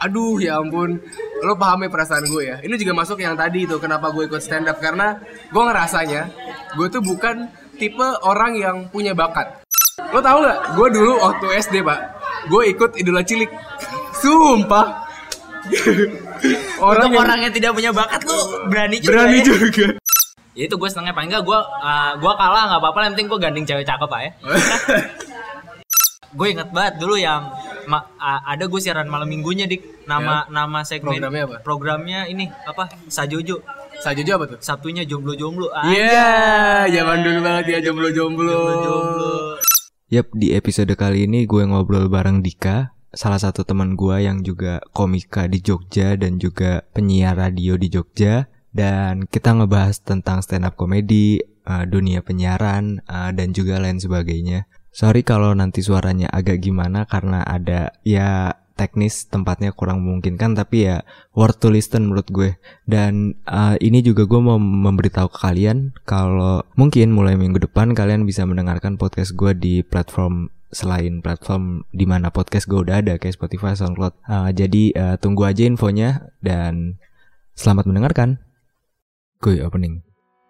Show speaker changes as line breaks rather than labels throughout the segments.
Aduh ya ampun, lo paham ya perasaan gue ya. Ini juga masuk yang tadi tuh, kenapa gue ikut stand up. Karena gue ngerasanya gue tuh bukan tipe orang yang punya bakat. Lo tau gak, gue dulu waktu SD pak, gue ikut Idola Cilik. Sumpah.
Orang yang tidak punya bakat tuh berani juga. Ya itu gue senengnya, paling enggak gue kalah gak apa-apa, yang penting gue gandeng cewek cakep pak ya. Gue inget banget dulu yang ada gue siaran malam minggunya dik, nama segmen programnya ini apa, Sajojo
apa tuh?
Sabtunya jomblo.
Iya, zaman dulu banget ya jomblo.
Yap, di episode kali ini gue ngobrol bareng Dika, salah satu teman gue yang juga komika di Jogja dan juga penyiar radio di Jogja. Dan kita ngebahas tentang stand up comedy, dunia penyiaran, dan juga lain sebagainya. Sorry kalau nanti suaranya agak gimana karena ada ya teknis tempatnya kurang memungkinkan, tapi ya worth to listen menurut gue. Dan ini juga gue mau memberitahu ke kalian kalau mungkin mulai minggu depan kalian bisa mendengarkan podcast gue di platform selain platform di mana podcast gue udah ada kayak Spotify, SoundCloud. Jadi tunggu aja infonya dan selamat mendengarkan. Gue opening.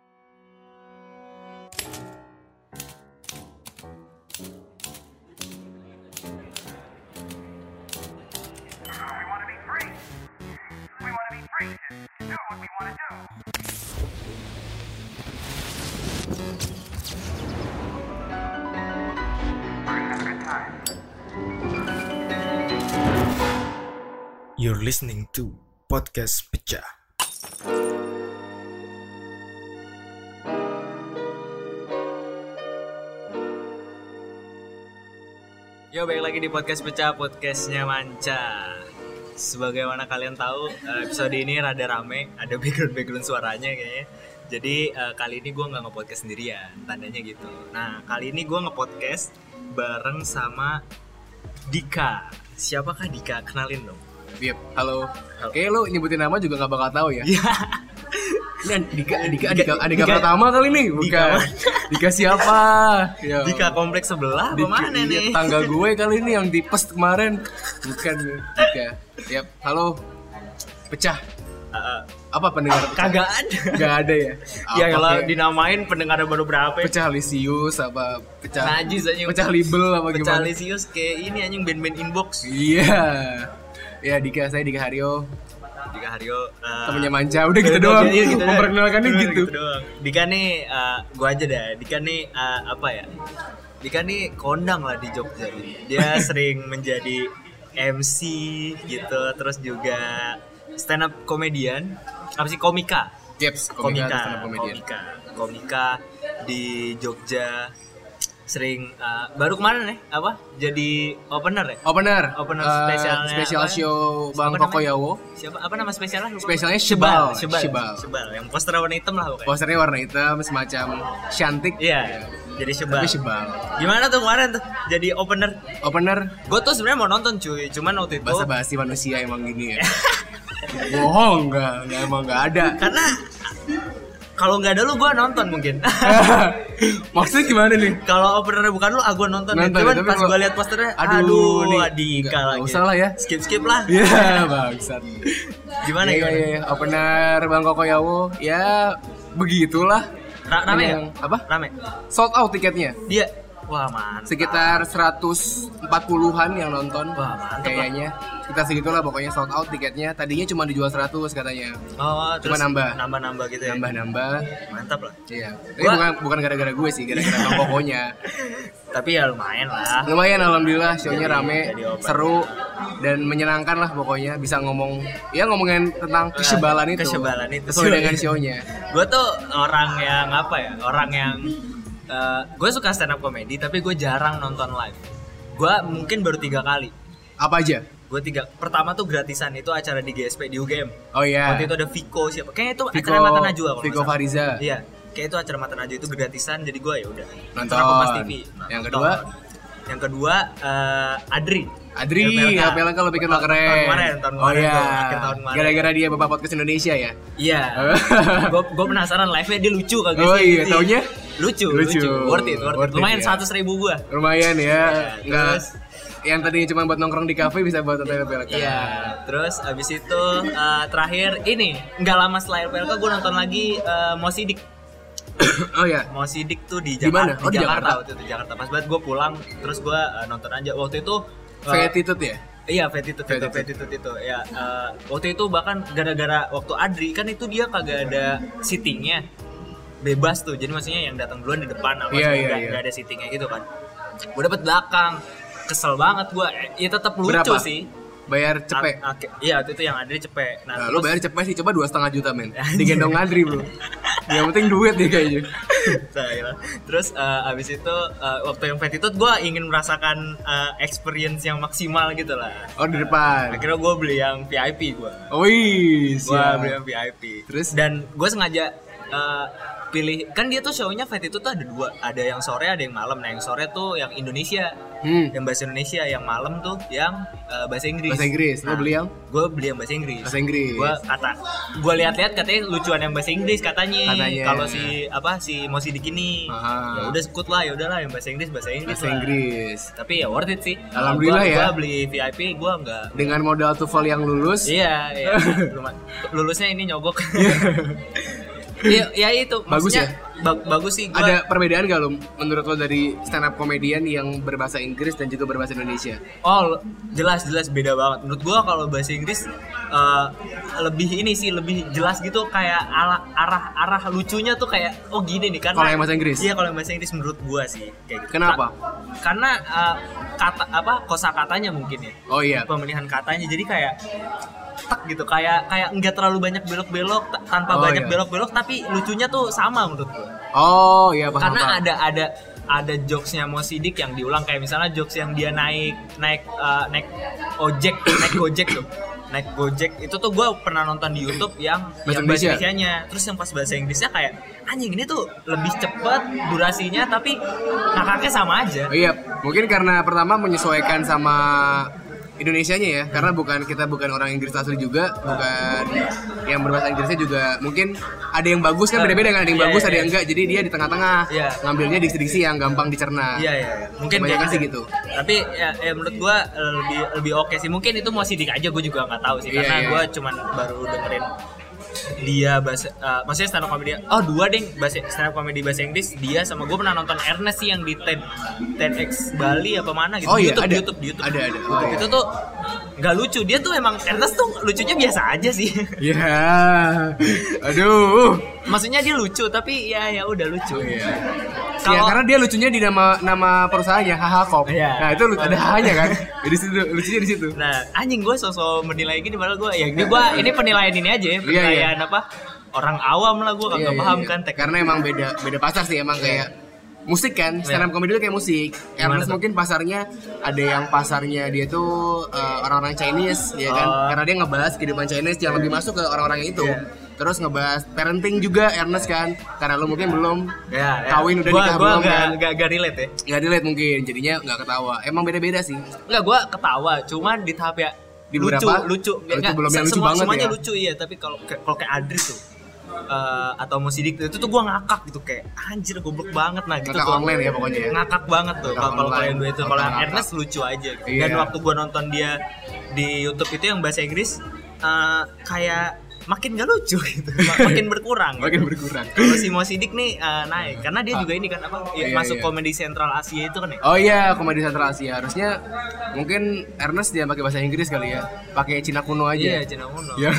You're listening to Podcast Pecah.
Yo, balik lagi di Podcast Pecah, podcastnya Manca. Sebagaimana kalian tahu, episode ini rada rame, ada background suaranya kayaknya. Jadi kali ini gue nggak nge-podcast sendirian, tandanya gitu. Nah, kali ini gue nge-podcast bareng sama Dika. Siapakah Dika? Kenalin dong.
Yep, halo. Kayaknya lo nyebutin nama juga gak bakal tahu ya. Ini Dika pertama kali nih, bukan? Dika siapa?
Ya. Dika kompleks sebelah, mana nih?
Tangga gue kali ini yang di post kemarin, bukan Dika. Yep, halo. Pecah. Apa pendengar?
Kagak ada.
Gak ada ya?
Ya kalau dinamain pendengar baru berapa?
Pecah Lisius apa? Pecah.
Najis anjing.
Pecah Libel apa
Pecah
gimana?
Pecah Lisius kayak ini anjing band-band inbox.
Iya. Ya Dika, saya Dika Haryo.
Temennya
Manca, udah gitu doang. Memperkenalkannya gitu.
Dika nih, gue aja dah. Dika nih apa ya? Dika nih kondang lah di Jogja nih. Dia sering menjadi MC gitu, terus juga stand up komedian. Apa sih, komika?
Yeps,
komika di Jogja. Sering baru kemarin apa jadi opener
spesial show Bang Kokoyawo.
Siapa, apa nama spesialnya?
Spesialnya Shebal
yang poster warna hitam lah pokoknya.
Posternya warna hitam semacam cantik.
Iya, jadi Shebal. Gimana tuh kemarin tuh jadi opener? Gue tuh sebenarnya mau nonton cuy, cuman waktu itu
basa-basi manusia emang gini ya. Bohong, emang nggak ada.
Karena kalau nggak ada lu, gue nonton mungkin.
Maksudnya gimana nih?
Kalau openernya bukan lu, gue nonton. Cuman pas gue liat posternya, aduh Dika lagi.
Gak usah lah ya.
Skip lah.
Iya bangsat.
Gimana?
Opener Bang Kokoyawo, ya begitulah.
Rame ya?
Apa?
Rame.
Sold out tiketnya.
Dia. Wah mantap.
Sekitar 140-an yang nonton.
Wah mantap
kayaknya. Sekitar segitulah pokoknya sold out tiketnya. Tadinya cuma dijual 100 katanya.
Oh,
cuma
nambah gitu ya.
Nambah.
Mantap lah.
Iya. Tapi bukan gara-gara gue sih, gara-gara Bang Kokonya.
Tapi ya lumayan lah.
Lumayan alhamdulillah, show-nya rame, seru dan menyenangkan lah pokoknya. Bisa ngomongin tentang kesebalan itu. Sesuai dengan show-nya.
Gue tuh orang yang gue suka stand up comedy tapi gue jarang nonton live. Gue mungkin baru 3 kali.
Apa aja?
Gue 3. Pertama tuh gratisan, itu acara di GSP di UGM.
Oh iya.
Waktu itu ada Viko siapa? Kayaknya itu acara Mata Najwa kalau
Viko Fariza.
Iya. Kayak itu acara Mata Najwa itu gratisan, jadi gue ya udah
nonton
Kompas TV.
Yang kedua
Adri.
Adri, PLK lo bikin lo keren.
Tahun kemarin
iya.
akhir tahun kemarin.
Gara-gara dia Bapak Podcast Indonesia ya?
Iya. Gue penasaran live-nya dia lucu kagak sih?
Oh iya, taunya?
Lucu. Worth it. Lumayan ya. 100.000 gue.
Lumayan ya. Enggak.
Terus
yang tadinya cuma buat nongkrong di kafe bisa buat nonton LPLK.
Iya. Terus abis itu terakhir ini nggak lama setelah LPLK gue nonton lagi Mosidik.
Oh ya.
Mosidik tuh di
Dimana?
Jakarta.
Oh, di Jakarta.
Waktu itu di Jakarta. Pas banget gue pulang terus gue nonton aja. Waktu itu
Fatitude ya?
Iya, Fatitude itu. Ya, waktu itu bahkan gara-gara waktu Adri kan itu dia kagak ada seatingnya. Bebas tuh. Jadi maksudnya yang datang duluan di depan apa nggak ada seatingnya gitu kan. Gue dapet belakang. Kesel banget gue. Ya tetap lucu.
Berapa?
Sih.
Bayar cepet?
Iya, waktu itu yang Adri cepet.
Nah, lo bayar cepet sih, coba 2,5 juta men. Digendong Adri bro. Yang penting duit nih kayaknya.
Terus abis itu waktu yang Fatitude gue ingin merasakan experience yang maksimal gitu lah.
Oh di depan.
Akhirnya gue beli yang VIP gue.
Oh iya.
Gue beli yang VIP.
Terus?
Dan gue sengaja pilih, kan dia tuh show-nya Fatitude tuh ada 2. Ada yang sore, ada yang malam. Nah yang sore tuh yang Indonesia, yang bahasa Indonesia. Yang malam tuh yang bahasa Inggris.
Bahasa Inggris. Lo beli yang?
Gue beli yang bahasa Inggris.
Bahasa Inggris.
Gue lihat-lihat katanya lucuan yang bahasa Inggris katanya. Kalau si Mosidik ini, ya udah ikut lah, ya udahlah yang bahasa Inggris.
Bahasa Inggris.
Tapi ya worth it sih.
Alhamdulillah ya.
Gue beli VIP, gue nggak.
Dengan modal TOEFL yang lulus.
Iya. Lulusnya ini nyogok. Ya itu
bagus ya?
Bagus sih.
Ada perbedaan gak lo menurut lo dari stand up comedian yang berbahasa Inggris dan juga berbahasa Indonesia?
Oh jelas beda banget. Menurut gua kalau bahasa Inggris lebih ini sih, lebih jelas gitu, kayak arah lucunya tuh kayak oh gini nih. Karena
kalau yang bahasa Inggris?
Iya, kalau yang bahasa Inggris menurut gua sih kayak gitu.
Kenapa?
Karena kosakatanya mungkin ya.
Oh iya.
Pemilihan katanya jadi kayak tak gitu, kayak enggak terlalu banyak belok-belok tanpa banyak belok-belok, tapi lucunya tuh sama menurut gue.
Oh iya, paham.
Karena ada jokesnya Mosidik yang diulang, kayak misalnya jokes yang dia naik Gojek itu tuh gue pernah nonton di YouTube yang bahasa Indonesianya. Terus yang pas bahasa Inggrisnya kayak anjing, ini tuh lebih cepet durasinya tapi ngakaknya sama aja.
Oh iya, mungkin karena pertama menyesuaikan sama Indonesianya ya, karena kita bukan orang Inggris asli juga, bukan yang berbahasa Inggrisnya juga. Mungkin ada yang bagus kan, beda-beda kan, ada yang bagus, ada yang enggak. Jadi dia di tengah-tengah, ngambilnya diksi-diksi yang gampang dicerna.
Iya. Mungkin
kebanyakan sih gitu.
Tapi ya menurut gua lebih oke sih. Mungkin itu Mosidik aja, gua juga nggak tahu sih, karena gua cuman baru dengerin dia maksudnya stand up comedy. Oh, 2 deh stand up comedy bahasa Inggris, dia sama gue pernah nonton Ernest sih yang di TEDx Bali apa mana gitu.
Oh, iya,
di YouTube.
Ada.
Itu tuh nggak lucu, dia tuh emang Ernest tuh lucunya biasa aja sih.
Iya. Aduh.
Maksudnya dia lucu tapi ya udah lucu.
Iya. Ya karena dia lucunya di nama perusahaannya Hahakop. Nah itu ada hanya kan. Di situ lucunya di situ.
Nah anjing, gue sosok menilai gini, padahal gue ini penilaian ini aja ya, penilaian apa orang awam lah, gue kagak paham kan.
Karena emang beda pasar sih, emang kayak musik kan, stand up comedy itu kayak musik. Ernest mungkin pasarnya ada yang pasarnya dia tuh orang-orang Chinese ya kan, karena dia ngebahas kehidupan Chinese yang lebih masuk ke orang-orang itu. Terus ngebahas parenting juga Ernest kan, karena lo mungkin belum kawin, udah nikah belum kan.
Gak relate ya?
Gak relate mungkin, jadinya gak ketawa. Emang beda-beda sih.
Enggak, gue ketawa, cuman di tahap ya
di
lucu.
Belum yang lucu banget
semuanya
ya.
Lucu iya, tapi kalau kayak Adri tuh atau Mosidik itu tuh gue ngakak gitu, kayak anjir goblok banget. Nah gitu
ngakak
tuh
online ya pokoknya ya.
Ngakak banget tuh kalau kalian dua itu. Kalau yang Ernest lucu aja gitu. Dan waktu gue nonton dia di YouTube itu yang bahasa Inggris kayak makin gak lucu gitu, makin berkurang. Kalau si Mosidik nih naik, karena dia juga ini kan masuk komedi Sentral Asia itu kan ya.
Oh iya, komedi Sentral Asia. Harusnya mungkin Ernest dia pakai bahasa Inggris kali ya, pakai Cina kuno aja.
Iya, Cina kuno.
Ya.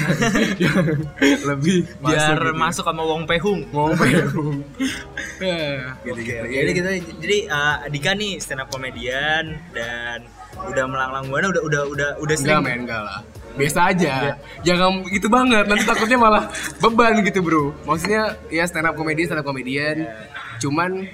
Lebih
biar masuk sama Wong Pehung. Jadi Dika nih stand up comedian dan udah melanglang buana, udah sering.
Enggak lah. Biasa aja, jangan gitu banget, nanti takutnya malah beban gitu bro. Maksudnya ya stand up comedian, cuman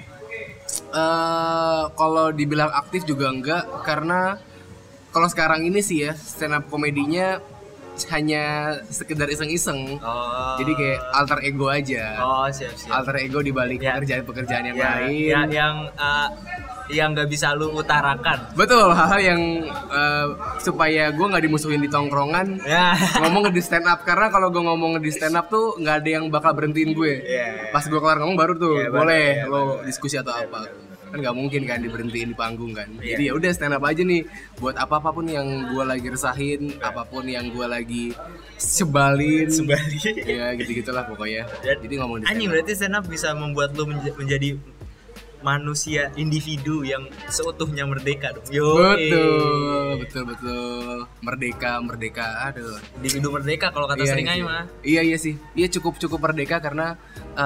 kalau dibilang aktif juga enggak, karena kalau sekarang ini sih ya stand up komedinya hanya sekedar iseng-iseng. Jadi kayak alter ego aja.
Siap.
Alter ego dibalik pekerjaan-pekerjaan yang lain.
yang nggak bisa lu utarakan.
Betul, hal-hal yang supaya gue nggak dimusuhin di tongkrongan,
Ya.
ngomong di stand up. Karena kalau gue ngomong di stand up tuh nggak ada yang bakal berhentiin gue.
Iya.
Pas gue kelar ngomong baru tuh boleh
baru,
lo diskusi atau apa. Kan nggak mungkin kan diberhentiin di panggung kan.
Iya.
Jadi ya udah stand up aja nih buat apapun yang gue lagi resahin, apapun yang gue lagi sebalin. Ya gitu-gitulah pokoknya. Jadi ngomong di stand
Anjing,
up.
berarti stand up bisa membuat lu menjadi manusia individu yang seutuhnya merdeka dong.
Betul. Merdeka. Aduh.
Individu merdeka kalau kata Seringai mah.
Iya sih. Iya cukup merdeka karena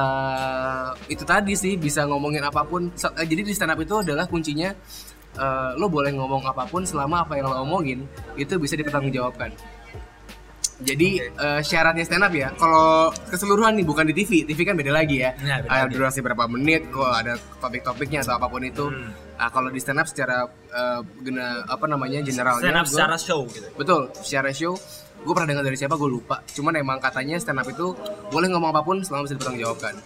itu tadi sih bisa ngomongin apapun. Jadi di stand up itu adalah kuncinya lo boleh ngomong apapun selama apa yang lo omongin itu bisa dipertanggungjawabkan. Jadi syaratnya stand up ya, kalau keseluruhan nih bukan di TV kan beda lagi ya.
Nah, beda lagi.
Durasi berapa menit, kok ada topik-topiknya atau apapun itu. Kalau di stand up secara generalnya.
Stand up secara show gitu.
Betul, secara show. Gue pernah dengar dari siapa gue lupa. Cuman emang katanya stand up itu boleh ngomong apapun selama bisa dipertanggungjawabkan.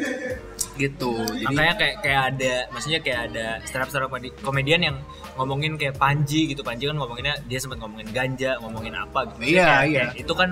Gitu. Jadi
Makanya kayak ada stand up komedian yang ngomongin kayak Panji gitu. Panji kan ngomonginnya dia sempat ngomongin ganja, ngomongin apa gitu.
Iya.
Itu kan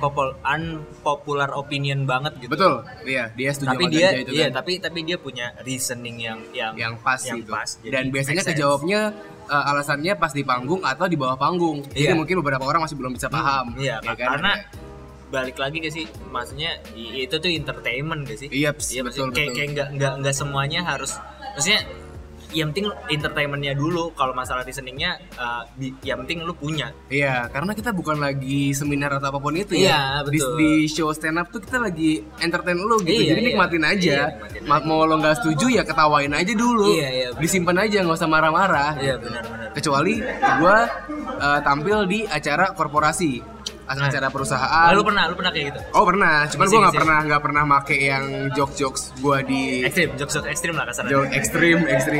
unpopular opinion banget gitu.
betul. Iya, dia setuju
Tapi
sama
dia
ganja itu
iya,
kan.
tapi dia punya reasoning yang
pas
yang
gitu.
pas. Jadi
Dan biasanya
make sense.
kejawabnya alasannya pas di panggung atau di bawah panggung. Jadi
Iya.
mungkin beberapa orang masih belum bisa paham.
Iya,
ya kan?
karena balik lagi ke sih, maksudnya itu tuh entertainment gak sih?
Iya,
Iya,
betul.
kayak nggak semuanya harus, maksudnya yang penting entertainmentnya dulu. Kalau masalah reasoningnya, yang penting lu punya.
Iya, karena kita bukan lagi seminar atau apapun itu
Iya,
ya.
betul.
Di show stand up tuh kita lagi entertain lu gitu.
Iya,
Jadi nikmatin aja.
Iya, nikmatin aja.
Mau lo nggak setuju ya ketawain aja dulu.
Iya, benar.
Disimpan aja, nggak usah marah-marah.
Iya,
gitu.
benar-benar.
Kecuali gue tampil di acara korporasi, acara perusahaan.
Lu pernah kayak gitu?
Oh pernah, cuman gue
Ngisi.
nggak pernah make yang jokes gue di
Ekstrim, jokes ekstrim lah kasarnya.
joke ekstrim,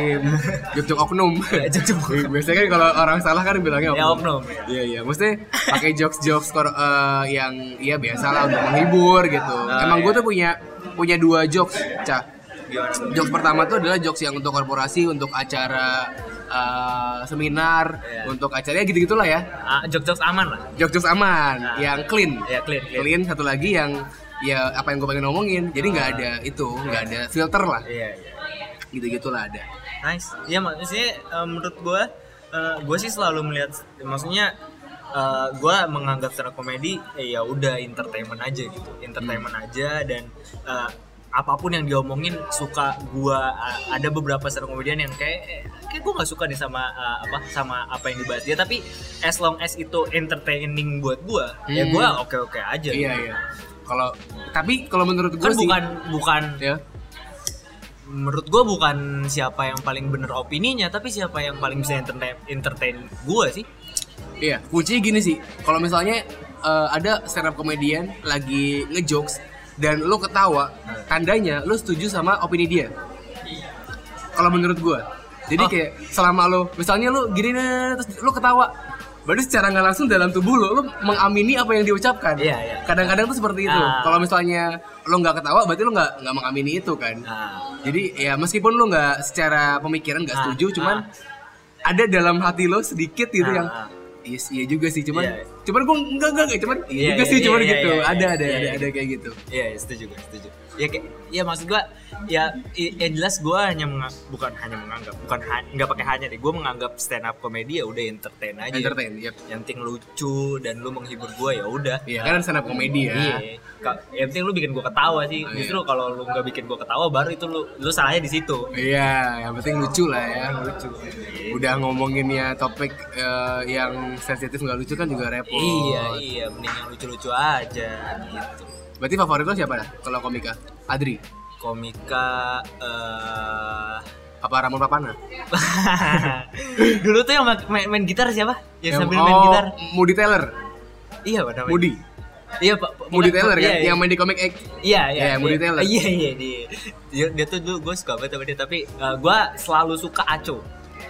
jok oknum.
Jokes
Biasanya kan kalau orang salah kan bilangnya
Ya, oknum.
Iya, maksudnya pakai jokes yang ya biasa lah untuk menghibur gitu. Emang gue tuh punya 2 jokes, Cah.
Gimana tuh?
Jokes pertama tuh adalah jokes yang untuk korporasi, untuk acara seminar,
Iya.
untuk acaranya gitu-gitulah ya.
Jokes aman lah.
Jokes aman, yang clean.
Ya, clean.
Clean. Satu lagi yang ya apa yang gue pengen ngomongin. Jadi nggak ada nggak ada filter lah.
Iya.
Gitu-gitulah ada.
Nice. Iya, maksudnya menurut gue sih selalu melihat, maksudnya gue menganggap stand up komedi ya udah entertainment aja gitu, aja. Dan apapun yang diomongin suka gue. Ada beberapa stand up komedian yang kayak gue nggak suka nih sama apa yang dibahas dia, tapi as long as itu entertaining buat gue, ya gue oke aja.
Iya. Kalau menurut gue
Kan
sih
bukan
ya.
menurut gue bukan siapa yang paling bener opininya, tapi siapa yang paling bisa entertain gue sih.
Iya, kuncinya gini sih. Kalau misalnya ada stand up comedian lagi ngejokes dan lo ketawa, tandanya lo setuju sama opini dia. Kalau menurut gua. Jadi kayak selama lo misalnya lo gini nih, terus lo ketawa, berarti secara nggak langsung dalam tubuh lo mengamini apa yang diucapkan.
Iya.
Kadang-kadang tuh seperti itu. Kalau misalnya lo nggak ketawa, berarti lo nggak mengamini itu kan. Jadi ya meskipun lo nggak secara pemikiran nggak setuju, cuman ada dalam hati lo sedikit gitu yang iya juga sih, cuman gue enggak, cuman iya juga sih, cuman gitu. Ada kayak gitu.
Iya, setuju. Ya kayak, ya maksud gue, ya jelas gue bukan nggak pakai hanya deh. Gue menganggap stand up komedi ya udah entertain aja.
Yep.
Yang penting lucu dan lu menghibur gue ya udah.
Iya, kan stand up komedi ya.
Iya. Yang penting lu bikin gue ketawa sih. Justru kalau lu nggak bikin gue ketawa, baru itu lu salahnya di situ.
Iya, yang penting lucu lah ya.
Lucu.
Udah ngomonginnya topik yang sensitif nggak lucu kan juga repot.
Iya, mending yang lucu-lucu aja gitu.
Berarti favorit lo siapa dah kalau komika? Adri?
Komika
Apa Ramon Papana?
dulu tuh yang main gitar siapa? Yang sambil main gitar.
Moody Taylor.
Iya, apa namanya?
Moody.
Iya, Pak.
Moody Taylor kan?
Iya.
Yang main di Comic X.
Iya,
Moody Taylor.
Iya, dia tuh dulu gue suka banget sama dia, tapi gue selalu suka Aco.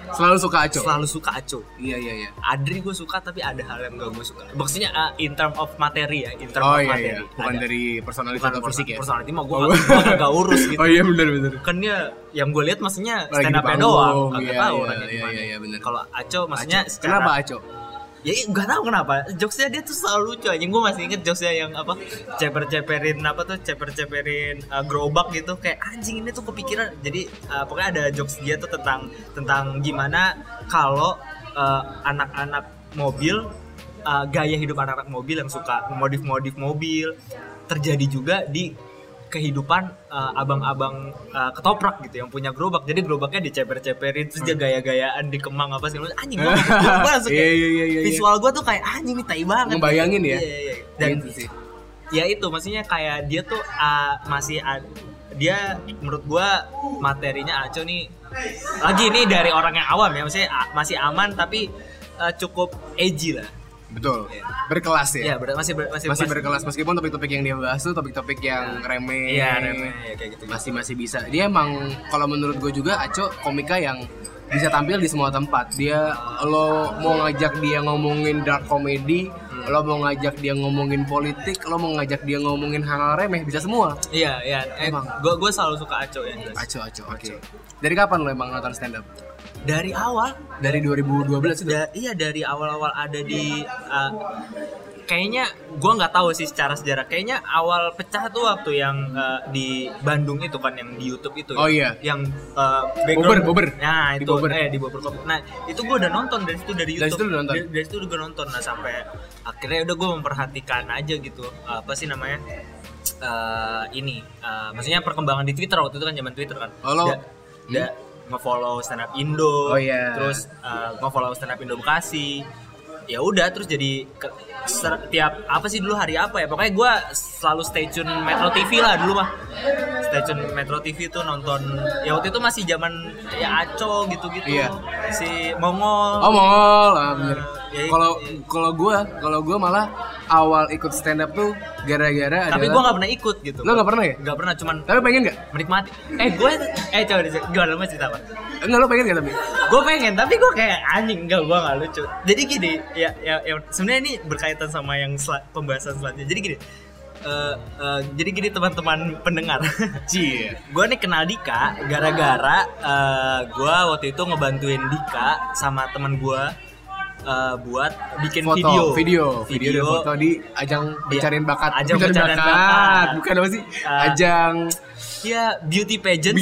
Selalu suka Aco.
Selalu suka Aco.
Iya.
Adri gue suka tapi ada hal yang gak gue suka. Maksudnya in term of materi ya, in term
Oh
of
iya,
materi.
bukan
Ada.
dari personality atau fisik ya.
Personality mah gue gak urus gitu.
Oh iya benar.
Kan dia yang gue lihat maksudnya
Lagi
stand
di
up-nya
panggung,
doang, kagak
iya,
tahu
iya,
orangnya
iya,
gimana.
iya, bener.
Kalau Aco maksudnya
Aco.
secara,
Kenapa Aco?
ya gak tahu kenapa jokesnya dia tuh selalu lucu aja. Gue masih inget jokesnya yang apa, ceper-ceperin gerobak gitu, kayak anjing ini tuh kepikiran. Jadi pokoknya ada jokes dia tuh tentang gimana kalau anak-anak mobil, gaya hidup anak-anak mobil yang suka modif mobil terjadi juga di kehidupan abang-abang ketoprak gitu yang punya gerobak. Jadi gerobaknya diceper-ceperin terus dia gaya-gayaan di Kemang apa sih, anjing gue langsung kayak
Iya.
visual gue tuh kayak anjing ini tai banget.
Ngebayangin ya.
Iya. Dan
gitu sih.
ya itu maksudnya kayak dia tuh dia menurut gue materinya Aco nih lagi nih dari orang yang awam ya, maksudnya masih aman tapi cukup edgy lah.
Betul. Berkelas ya.
Iya, masih
berkelas meskipun topik-topik yang dia bahas tuh topik-topik yang remeh.
Iya, remeh ya, kayak gitu.
Masih bisa. Dia emang kalau menurut gue juga Aco komika yang bisa tampil di semua tempat. Dia lo mau ngajak dia ngomongin dark comedy, lo mau ngajak dia ngomongin politik, lo mau ngajak dia ngomongin hal remeh, bisa semua.
Iya.
Emang.
Gue selalu suka Aco ya.
Aco. Oke. Dari kapan lo emang nonton stand up?
Dari awal.
Dari 2012 itu.
Iya, dari awal-awal ada di kayaknya gue nggak tahu sih secara sejarah. Kayaknya awal pecah tuh waktu yang di Bandung itu kan, yang di YouTube itu.
Oh iya.
Yang background.
Bober.
Nah
Di
itu
Bober.
Di Bober Kopi. Nah itu gue udah nonton dari situ, dari YouTube.
Dari situ lu nonton?
Dari situ gue nonton. Nah sampai akhirnya udah gue memperhatikan aja gitu apa sih namanya maksudnya perkembangan di Twitter waktu itu kan, zaman Twitter kan.
Oh, lo?
Nge-follow stand up Indo.
Oh iya.
Terus nge-follow stand up Indo Bekasi. Ya udah terus jadi tiap apa sih dulu hari apa ya, pokoknya gue selalu stay tune Metro TV lah dulu mah. Stay tune Metro TV tuh nonton ya waktu itu masih zaman ya Aco gitu-gitu.
Iya.
Si Mongol.
Oh Mongol, bener.
Ya,
Kalau gue malah awal ikut stand up tuh gara-gara
tapi
adalah.
gue nggak pernah ikut gitu.
Lo nggak pernah ya?
Nggak pernah, cuman
Tapi pengen nggak?
menikmati. Coba gimana, lu mau cerita apa?
Enggak, lo pengen nggak tapi?
Gue pengen, tapi gue kayak anjing, gue nggak lucu. Jadi gini, ya sebenarnya ini berkaitan sama yang pembahasan selanjutnya. Jadi gini teman-teman pendengar.
Cie.
Gue nih kenal Dika gara-gara gue waktu itu ngebantuin Dika sama teman gue buat bikin
video dan foto di ajang pencarian bakat.
Ajang pencarian bakat.
Bukan apa sih? Ajang
ya beauty pageant.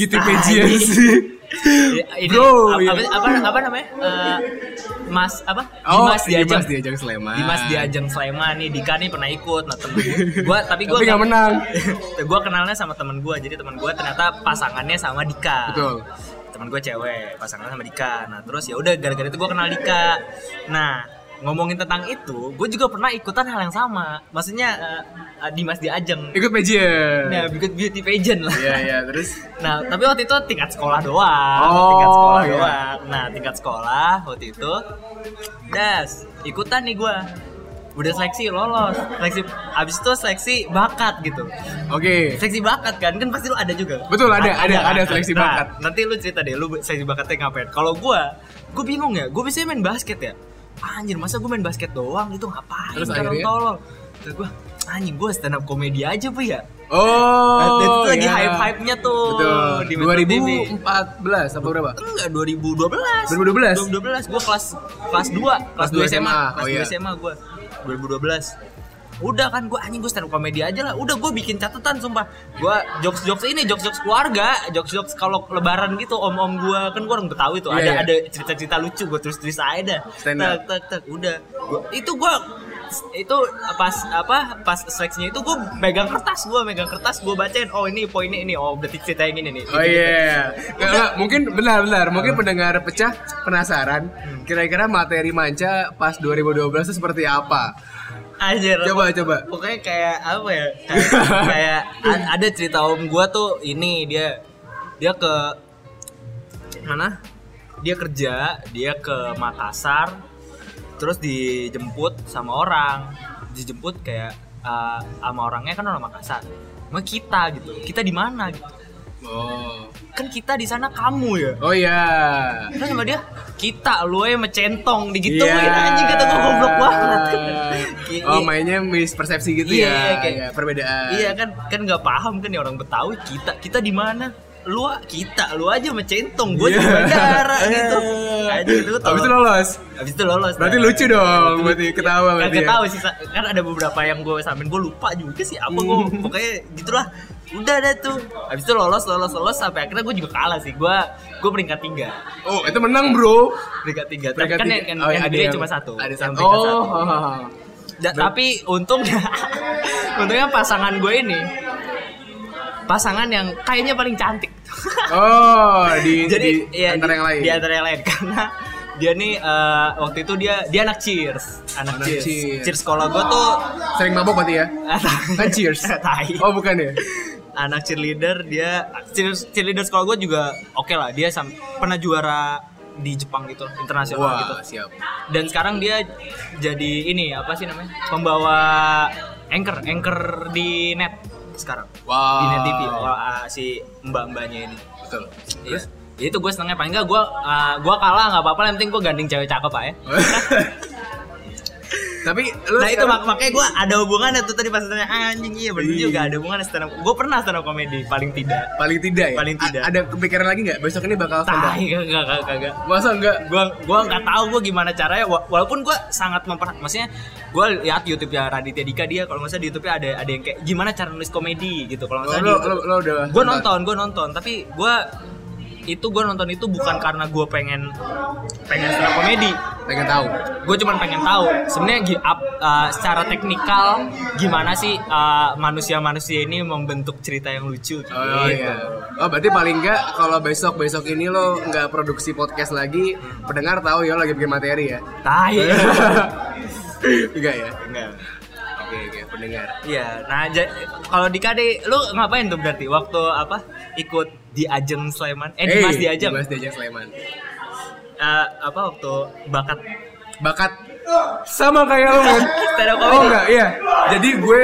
Ini
Bro,
apa namanya? Mas apa?
Dimas
di
Ajang Sleman.
Dimas di Ajang Sleman nih, Dika nih pernah ikut. Nah temen gue tapi
nggak menang.
Gue kenalnya sama temen gue, jadi temen gue ternyata pasangannya sama Dika.
Betul.
Temen gue cewek, pasangannya sama Dika. Nah terus ya udah gara-gara itu gue kenal Dika. Nah ngomongin tentang itu, gue juga pernah ikutan hal yang sama. Maksudnya Dimas di Ajang.
Ikut pageant.
Nah, ikut beauty pageant lah.
Iya, terus.
Nah, tapi waktu itu tingkat sekolah doang. Nah, tingkat sekolah waktu itu. Ikutan nih gue. Udah seleksi lolos. Abis itu seleksi bakat gitu.
Oke.
Seleksi bakat kan pasti lu ada juga.
Betul, ada seleksi bakat.
Nanti lu cerita deh, lu seleksi bakatnya ngapain? Kalau gue bingung ya. Gue biasanya main basket ya. Anjir, masa gue main basket doang itu ngapain?
Terus
akhirnya tolol. Terus gue anjing, gue stand up komedi aja Bu ya.
Oh,
dan itu lagi hype-hype-nya tuh.
Betul.
Di Metro
2014 apa berapa?
Enggak, 2012.
2012.
Gue kelas 2 SMA. Kelas 2 SMA gue. 2012. Udah kan gue anjing, gue stand up komedi aja lah. Udah gue bikin catatan sumpah. Gue jokes keluarga, jokes kalau lebaran gitu, om gue kan gue orang Betawi tuh.
Yeah,
ada cerita-cerita lucu, gue tulis aja dah. Tak. Udah. Itu pas seleksinya itu gue megang kertas, gue bacain, oh ini poinnya ini, oh berarti cerita yang ini nih.
Oh iya. Mungkin benar. Mungkin pendengar pecah penasaran kira-kira materi Manca pas 2012 itu seperti apa?
Anjir,
Coba.
Pokoknya kayak apa ya? Kayak ada cerita om gua tuh ini dia ke mana? Dia kerja, dia ke Makassar, terus dijemput sama orang. Dijemput kayak sama orangnya kan orang Makassar. Mau kita gitu. Kita di mana gitu.
Oh.
kan kita di sana kamu ya.
Oh iya.
Terus sama dia kita lu mencentong digituin anjing, kata gue goblok banget.
Oh mainnya mispersepsi gitu
iya,
ya.
Kayak,
ya, perbedaan.
Iya kan nggak paham kan ya orang Betawi, kita di mana? Lu aja mencentong, gue di bandara gitu. Aja itu
Habis itu lolos. Berarti lucu dong, berarti ketawa berarti.
Kan ketawa sih, kan ada beberapa yang gue samain, gue lupa juga sih apa gue. Pokoknya gitulah. Udah deh tuh. Habis itu lolos sampai akhirnya gue juga kalah sih. Gue peringkat 3.
Oh, itu menang, Bro.
Peringkat 3. Tapi
Peringkat
kan
tiga.
yang
ada
gede
yang
cuma 1.
Ada 1.
Tapi untungnya pasangan gue ini pasangan yang kayaknya paling cantik.
Oh,
Jadi
di antara yang lain.
Di antara yang lain karena dia nih waktu itu dia anak cheers. Cheers sekolah gue tuh
sering mabok berarti ya? Kan cheers.
Tai.
Oh, bukan ya?
Anak cheerleader, cheerleader sekolah gue juga oke lah. Dia pernah juara di Jepang gitu, internasional gitu.
Siap.
Dan sekarang dia jadi ini apa sih namanya? Pembawa anchor di net sekarang.
Wow.
Di net TV. Si mbak-mbaknya ini.
Betul.
Terus? Ya itu gue senengnya, paling enggak gue kalah nggak apa-apa, yang penting gue gandeng cewek cakep Pak ya.
Tapi lu
nah itu makanya gue ada hubungannya tuh tadi pas tanya anjing, iya bener juga ada hubungannya stand up. Gue pernah stand up komedi paling tidak
ya?
Paling tidak.
Ada kepikiran lagi nggak besok ini bakal stand up?
Kagak.
Masa enggak?
Gue nggak tahu gue gimana caranya, walaupun gue sangat maksudnya gue lihat YouTube-nya Raditya Dika, dia kalau nggak salah di YouTube-nya ada yang kayak gimana cara nulis komedi gitu kalau nggak salah.
Lo udah.
Gue nonton tapi gue nonton itu bukan karena gue pengen stand up komedi.
Pengen tahu.
Gue cuma pengen tahu sebenarnya secara teknikal gimana sih manusia ini membentuk cerita yang lucu gitu.
Oh iya. Oh berarti paling enggak kalau besok ini lo nggak produksi podcast lagi, pendengar tahu ya lo lagi bikin materi ya.
Tai.
Enggak ya?
Enggak.
Oke, pendengar.
Iya. Nah, kalau di KD lu ngapain tuh berarti waktu ikut di Ajeng Sleman? Dimas di Ajeng
Sleman.
Waktu
Bakat sama kayak lo kan? Oh enggak, iya. Jadi gue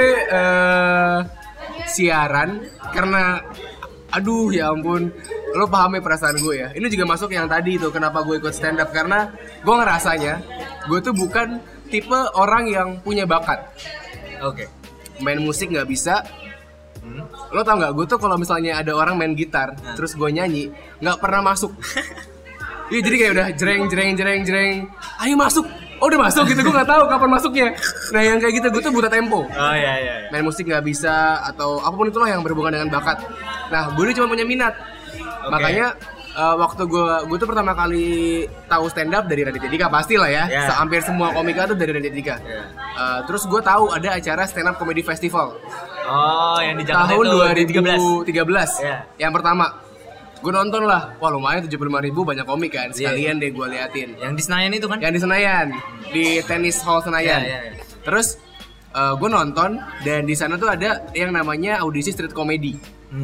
siaran karena aduh ya ampun, lo pahami perasaan gue ya. Ini juga masuk yang tadi tuh, kenapa gue ikut stand up, karena gue ngerasanya gue tuh bukan tipe orang yang punya bakat.
Oke.
Main musik nggak bisa. Lo tau nggak? Gue tuh kalau misalnya ada orang main gitar, terus gue nyanyi, nggak pernah masuk. Iya jadi kayak udah jreng. Ayo masuk. Oh udah masuk gitu, gue nggak tahu kapan masuknya. Nah yang kayak gitu gue tuh buta tempo.
Oh iya.
Main musik nggak bisa atau apapun itulah yang berhubungan dengan bakat. Nah gue ini cuma punya minat. Okay. Makanya waktu gue tuh pertama kali tahu stand up dari Raditya Dika, pastilah ya. Yeah. Hampir semua komika tuh dari Raditya Dika. Yeah. Terus gue tahu ada acara stand up comedy festival.
Oh, yang di Jakarta
tahun
itu
2013.
Yeah.
Yang pertama. Gue nonton lah. Wah lumayan 75.000 banyak komik kan. Sekalian deh gue liatin.
Yang di Senayan itu kan?
Yang di Senayan. Di tenis hall Senayan. Yeah. Terus gue nonton dan di sana tuh ada yang namanya audisi street comedy.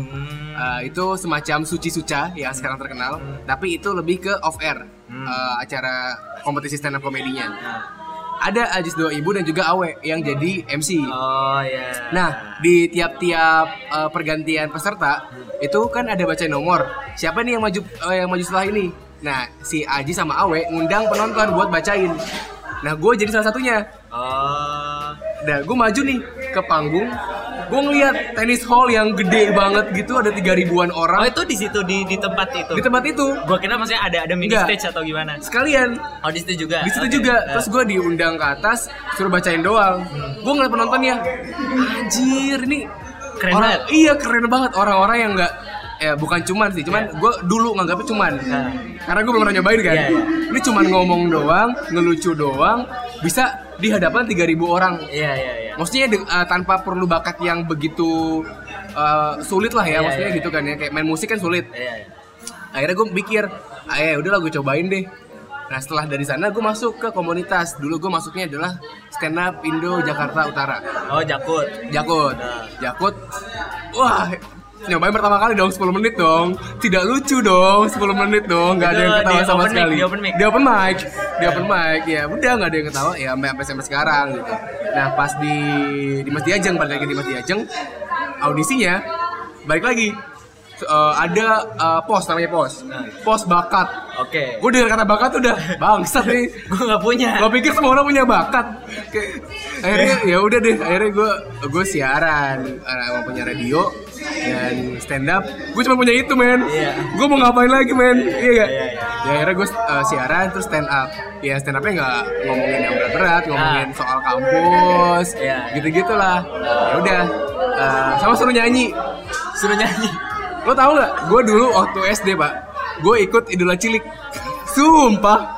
Itu semacam Suci Suca yang sekarang terkenal, tapi itu lebih ke off air, acara kompetisi stand up komedinya. Ada Ajis 2000 dan juga Awe yang jadi MC.
Oh iya.
Nah di tiap-tiap pergantian peserta itu kan ada baca nomor. Siapa nih yang maju setelah ini? Nah si Ajis sama Awe ngundang penonton buat bacain. Nah gue jadi salah satunya. Nah gue maju nih ke panggung. Gue ngeliat tenis hall yang gede banget gitu, ada 3.000-an orang.
Oh itu di situ di tempat itu.
Di tempat itu.
Gue kira maksudnya ada mini stage atau gimana?
Sekalian.
Oh di situ juga.
Di situ juga. Terus gue diundang ke atas, suruh bacain doang. Gue ngeliat penontonnya, anjir ini
keren banget.
Iya keren banget, orang-orang yang nggak, ya bukan cuman sih, cuman gue dulu nganggapnya cuman. Karena gue belum pernah nyobain kan. Ini cuman ngomong doang, ngelucu doang, bisa di hadapan 3.000 orang.
Iya.
Maksudnya tanpa perlu bakat yang begitu sulit lah ya, maksudnya gitu kan ya. Kayak main musik kan sulit. Akhirnya gue mikir, udahlah gue cobain deh. Nah setelah dari sana gue masuk ke komunitas. Dulu gue masuknya adalah stand up Indo Jakarta Utara.
Oh Jakut.
Wah nyobain pertama kali dong 10 menit dong. Tidak lucu dong 10 menit dong. Gak ada yang ketawa sama sekali. Di open mic ya udah gak ada yang ketawa ya sampai sekarang gitu. Nah pas di Mas Diajeng, balik lagi di Mas Diajeng, audisinya balik lagi ada pos namanya pos bakat.
Oke.
Gue dengar kata bakat udah bangsat nih.
Gue nggak punya.
Gue pikir semua orang punya bakat. Akhirnya ya udah deh. Akhirnya gue siaran, emang punya radio dan stand up. Gue cuma punya itu men.
Iya.
Gue mau ngapain lagi men? Iya gak?
Iya.
Ya akhirnya gue siaran terus stand up. Ya stand upnya nggak ngomongin yang berat-berat, ngomongin soal kampus, gitu-gitulah. Ya udah. Sama suruh nyanyi. Lo tau gak? Gue dulu waktu SD pak, gue ikut Idola Cilik. Sumpah.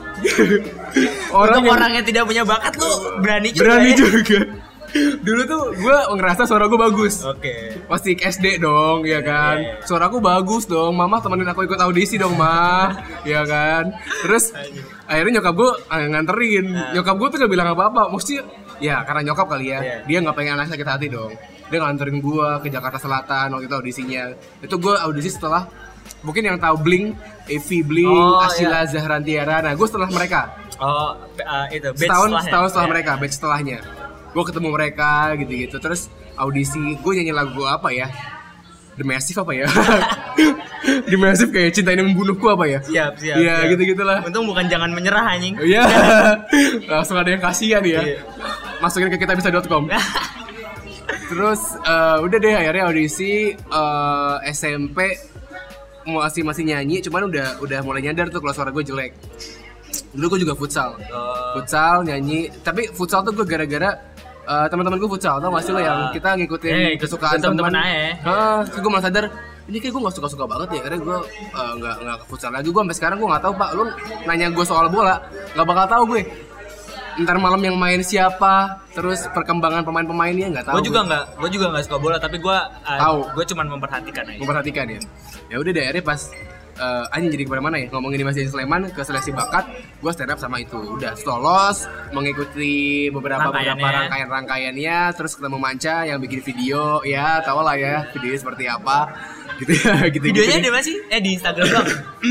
Untuk orang yang tidak punya bakat lo berani
juga. Dulu tuh gue ngerasa suara gue bagus.
Oke.
Pasti SD dong, ya kan. Suara aku bagus dong. Mama temenin aku ikut audisi dong, Ma. Ya kan. Terus akhirnya nyokap gue nganterin. Nyokap gue tuh gak bilang apa-apa. Mesti ya karena nyokap kali ya. Dia gak pengen anak sakit hati dong. Dia nganterin gue ke Jakarta Selatan waktu itu audisinya. Itu gue audisi setelah mungkin yang tahu Blink, Evi Blink, Ashila Zahrantiara. Nah, gue setelah mereka.
Itu batch
setahun setelah mereka, batch setelahnya. Gue ketemu mereka gitu-gitu. Terus audisi, gue nyanyi lagu apa ya? The Massive apa ya? The Massive kayak Cinta Ini Membunuhku apa ya?
Siap.
Iya, gitu-gitulah.
Untung bukan Jangan Menyerah anjing.
Iya. Langsung ada yang kasihan ya. Masukin ke kitabisa.com. Terus udah deh akhirnya audisi SMP masih nyanyi, cuman udah mulai nyadar tuh kalau suara gue jelek. Dulu gue juga futsal nyanyi, tapi futsal tuh gue gara-gara teman-teman gue futsal, tau gak sih lo yang kita ngikutin kesukaan teman. Gue malah sadar ini kayak gue nggak suka banget ya, karena gue nggak futsal lagi. Gue sampai sekarang gue nggak tahu pak, lo nanya gue soal bola nggak bakal tahu gue. Ntar malam yang main siapa, terus perkembangan pemain-pemainnya nggak tahu.
Gue juga nggak suka bola, tapi gue tahu. Gue cuma memperhatikan aja.
Memperhatikan ya. Ya udah deh, akhirnya pas anjing jadi kemana-mana ya, ngomongin di Masjid Sleman ke seleksi bakat, gue stand up sama itu. Udah lolos, mengikuti beberapa rangkaiannya, terus ketemu Manca yang bikin video, ya tau lah ya videonya seperti apa gitu ya.
Videonya di mana sih? Di Instagram dong.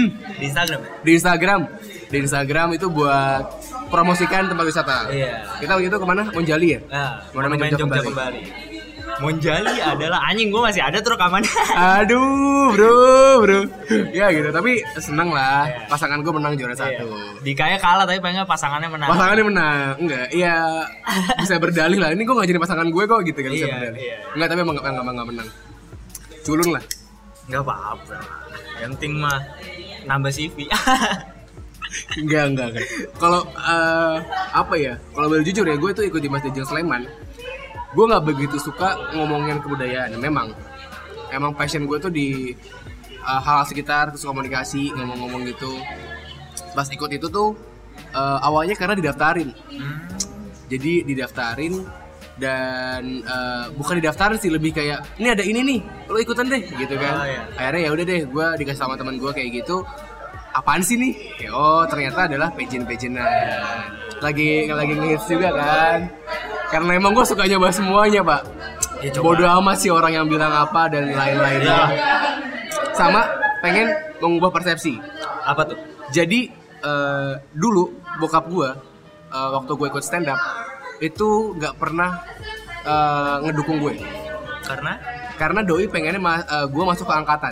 Di
Instagram itu buat promosikan tempat wisata.
Iya.
Kita waktu itu kemana? Monjali ya?
Monumen Jogja kembali. Monjali adalah anjing, gue masih ada tuh rekamannya.
Aduh bro. Ya gitu, tapi seneng lah. Pasangan gue menang juara 1.
Dikaya kalah tapi pengen pasangannya menang.
Enggak, iya bisa berdalih lah. Ini gue gak jadi pasangan gue kok gitu kan, bisa berdalih. Enggak, tapi emang gak menang. Culun lah.
Gak apa-apa. Yang penting mah nambah CV.
Enggak. Kalau apa ya? Kalau boleh jujur ya, gue tuh ikut di Masjid Sleman. Gue nggak begitu suka ngomongin kebudayaan. Memang passion gue tuh di hal sekitar, terus komunikasi, ngomong-ngomong gitu. Pas ikut itu tuh awalnya karena didaftarin. Jadi didaftarin dan bukan didaftarin sih, lebih kayak ini ada ini nih, lo ikutan deh gitu kan. Akhirnya ya udah deh, gue dikasih sama teman gue kayak gitu. Apaan sih nih? Ternyata adalah pageant-pageantan. Lagi ngehits juga kan. Karena emang gue suka nyoba semuanya pak. Bodoh amat sih orang yang bilang apa dan lain-lainnya. Sama pengen mengubah persepsi.
Apa tuh?
Jadi dulu bokap gue waktu gue ikut stand up itu nggak pernah ngedukung gue. Karena doi pengennya gue masuk ke angkatan.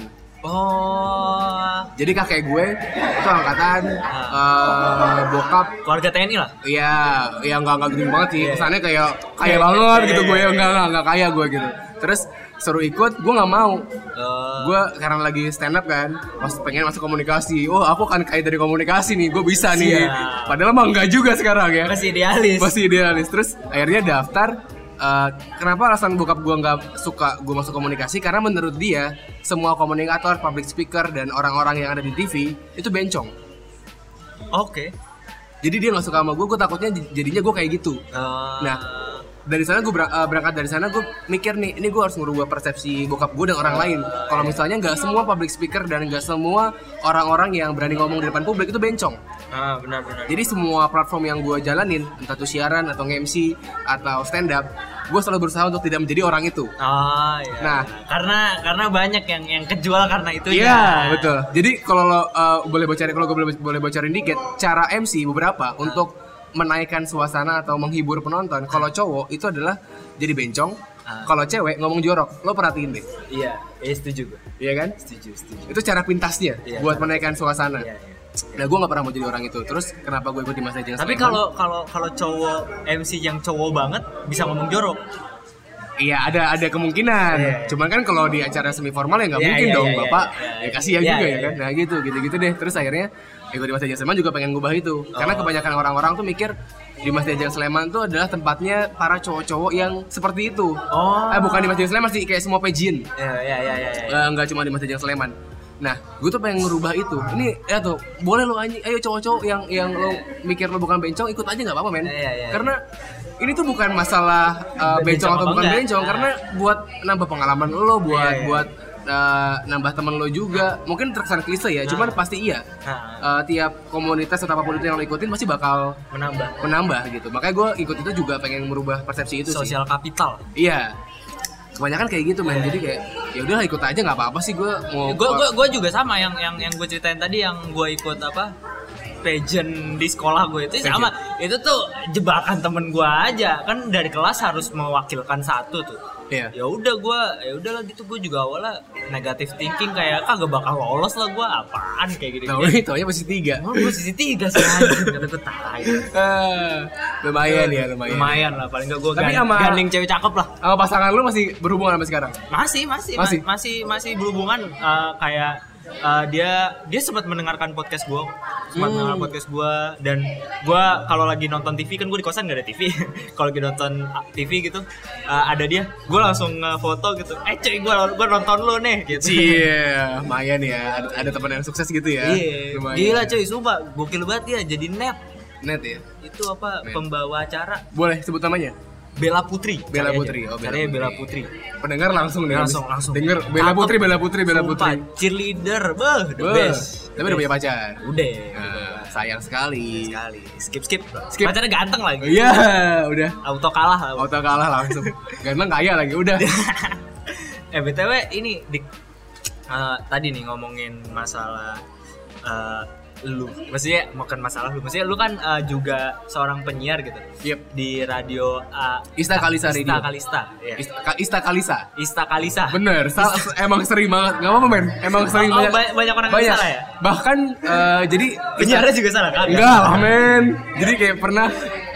Jadi kakek gue itu angkatan bokap
keluarga TNI lah.
Iya, nggak gede banget sih. Kesannya kayak kaya banget gitu gue, nggak kaya gue gitu. Terus suruh ikut, gue nggak mau. Gue karena lagi stand up kan, pengen masuk komunikasi. Aku kan kaya dari komunikasi nih, gue bisa nih. Padahal mah enggak juga sekarang ya.
Masih idealis.
Terus akhirnya daftar. Kenapa alasan bokap gue nggak suka gue masuk komunikasi? Karena menurut dia semua komunikator, public speaker dan orang-orang yang ada di TV itu bencong.
Oke.
Jadi dia nggak suka sama gue takutnya jadinya gue kayak gitu. Nah dari sana gue berangkat dari sana gue mikir nih, ini gue harus merubah persepsi bokap gue dan orang lain. Kalau misalnya nggak semua public speaker dan nggak semua orang-orang yang berani ngomong di depan publik itu bencong.
Benar.
Jadi semua platform yang gue jalanin, entah itu siaran atau nge-MC atau stand up, gue selalu berusaha untuk tidak menjadi orang itu.
Iya.
Nah,
karena banyak yang kejual karena itu.
Iya, betul. Jadi kalau lo boleh bocorin dikit cara MC beberapa untuk menaikkan suasana atau menghibur penonton. Kalau cowok itu adalah jadi bencong. Kalau cewek ngomong jorok. Lo perhatiin deh.
Iya, setuju gue.
Iya kan?
Setuju.
Itu cara pintasnya buat menaikkan suasana.
Iya.
Nah, gue nggak pernah mau jadi orang itu. Terus kenapa gue ikut di Mas Dajjal
Tapi
Sleman?
kalau cowok MC yang cowok banget bisa ngomong jorok.
Iya, ada kemungkinan.
Iya.
Cuman kan kalau di acara semi formal ya nggak
Iya,
mungkin
iya,
dong,
iya,
Bapak.
iya,
Ya
iya.
kasihan
Iya,
juga
iya,
ya kan.
iya.
Nah, gitu deh. Terus akhirnya ikut di Mas Dajjal Sleman juga pengen ngubah itu. Karena kebanyakan orang-orang tuh mikir di Mas Dajjal Sleman tuh adalah tempatnya para cowok-cowok yang seperti itu. Bukan di Mas Dajjal Sleman sih, kayak semua pageant.
Iya.
Nggak cuma di Mas Dajjal Sleman. Nah, gue tuh pengen ngerubah itu. Ini ya tuh, boleh lo anjing, ayo cowok-cowok yang lo mikir lo bukan bencong, ikut aja nggak apa-apa men.
Iya.
Karena ini tuh bukan masalah bencong atau bukan
enggak.
bencong, karena buat nambah pengalaman lo,
Iya.
buat nambah temen lo juga. Mungkin terkesan klise ya, cuman pasti iya. Tiap komunitas atau apapun itu yang lo ikutin pasti bakal menambah gitu. Makanya gue ikut itu juga pengen merubah persepsi itu
Sosial kapital.
sih. Iya. Kebanyakan kayak gitu men. Jadi kayak ya udahlah ikut aja nggak apa-apa sih gue mau.
Gue juga sama yang gue ceritain tadi, yang gue ikut pageant di sekolah gue itu sama. Itu tuh jebakan temen gue aja, kan dari kelas harus mewakilkan satu tuh.
Iya.
Ya udahlah gitu, gue juga awalnya negatif thinking kayak kagak bakal lolos lah gue, apaan kayak gitu.
Nah, itu aja masih 3.
Gue sisi 3 sih anjing, kata gue tai.
Lumayan ya,
Lumayan lah, paling enggak gue
Tapi sama-
gandeng cewek cakep lah.
Sama pasangan lu masih berhubungan sampai sekarang?
Masih berhubungan, kayak dia sempat mendengarkan podcast gue, dan gue kalau lagi nonton TV, kan gue di kosan nggak ada TV. Kalau lagi nonton TV gitu, ada dia, gue langsung foto gitu, cuy gue nonton lu nih gitu.
Iya, lumayan ya, ada teman yang sukses gitu ya.
Iya,
Lumayan.
gila cuy, sumpah gokil banget dia jadi net.
Net ya.
Itu
Net.
pembawa acara
Boleh sebut namanya?
Bella Putri.
Bella Putri. Oh,
Caranya Bella Putri.
Pendengar langsung deh.
Langsung.
Denger Bella Putri.
Sumpah, cheerleader, the best.
Tapi udah punya pacar.
Udah.
Sayang sekali.
Skip.
Skip.
Pacarnya ganteng lagi.
Iya, udah.
Auto kalah.
Auto kalah langsung. Ganteng kaya lagi, udah.
BTW ini tadi nih ngomongin masalah lu, maksudnya bukan masalah lu, maksudnya lu kan juga seorang penyiar gitu.
Yep.
Di radio
Ista Kalisa Radio.
Ya.
Ista Kalisa.
Ista Kalisa.
Bener, emang sering banget. Gak apa-apa men, emang sering
banyak orang yang salah ya?
Bahkan jadi
Penyiarnya juga salah kan?
Enggak lah men. Jadi kayak pernah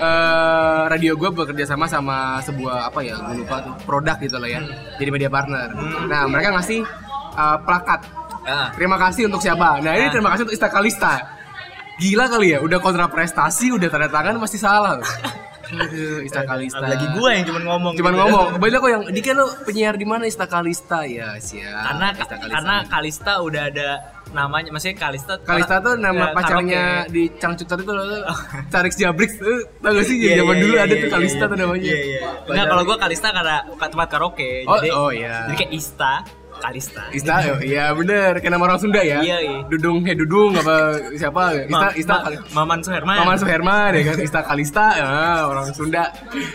radio gue bekerja sama sebuah gue lupa tuh, produk gitu lah ya. Jadi media partner. Nah mereka ngasih plakat. Terima kasih untuk siapa? Nah ini terima kasih untuk Ista Kalista. Gila kali ya, udah kontrak prestasi, udah tanda tangan masih salah. Aduh, Ista Kalista.
Lagi gue yang cuma ngomong.
Banyak kok yang Dika lo penyiar di mana Ista Kalista ya siap.
Karena Kalista udah ada namanya, maksudnya Kalista
tuh nama pacarnya di Cangcuter itu loh. Carik Jabrix tuh tau gak sih zaman dulu ada tuh Kalista tuh namanya.
Iya. Enggak, kalau gue Kalista karena tempat karaoke.
Iya.
Jadi kayak Kalista.
Iya bener, kayak nama orang Sunda ya.
Iya.
Dudung apa siapa? Ista
Maman Suherman.
Maman Suherman ya kan, Ista Kalista ya, orang Sunda.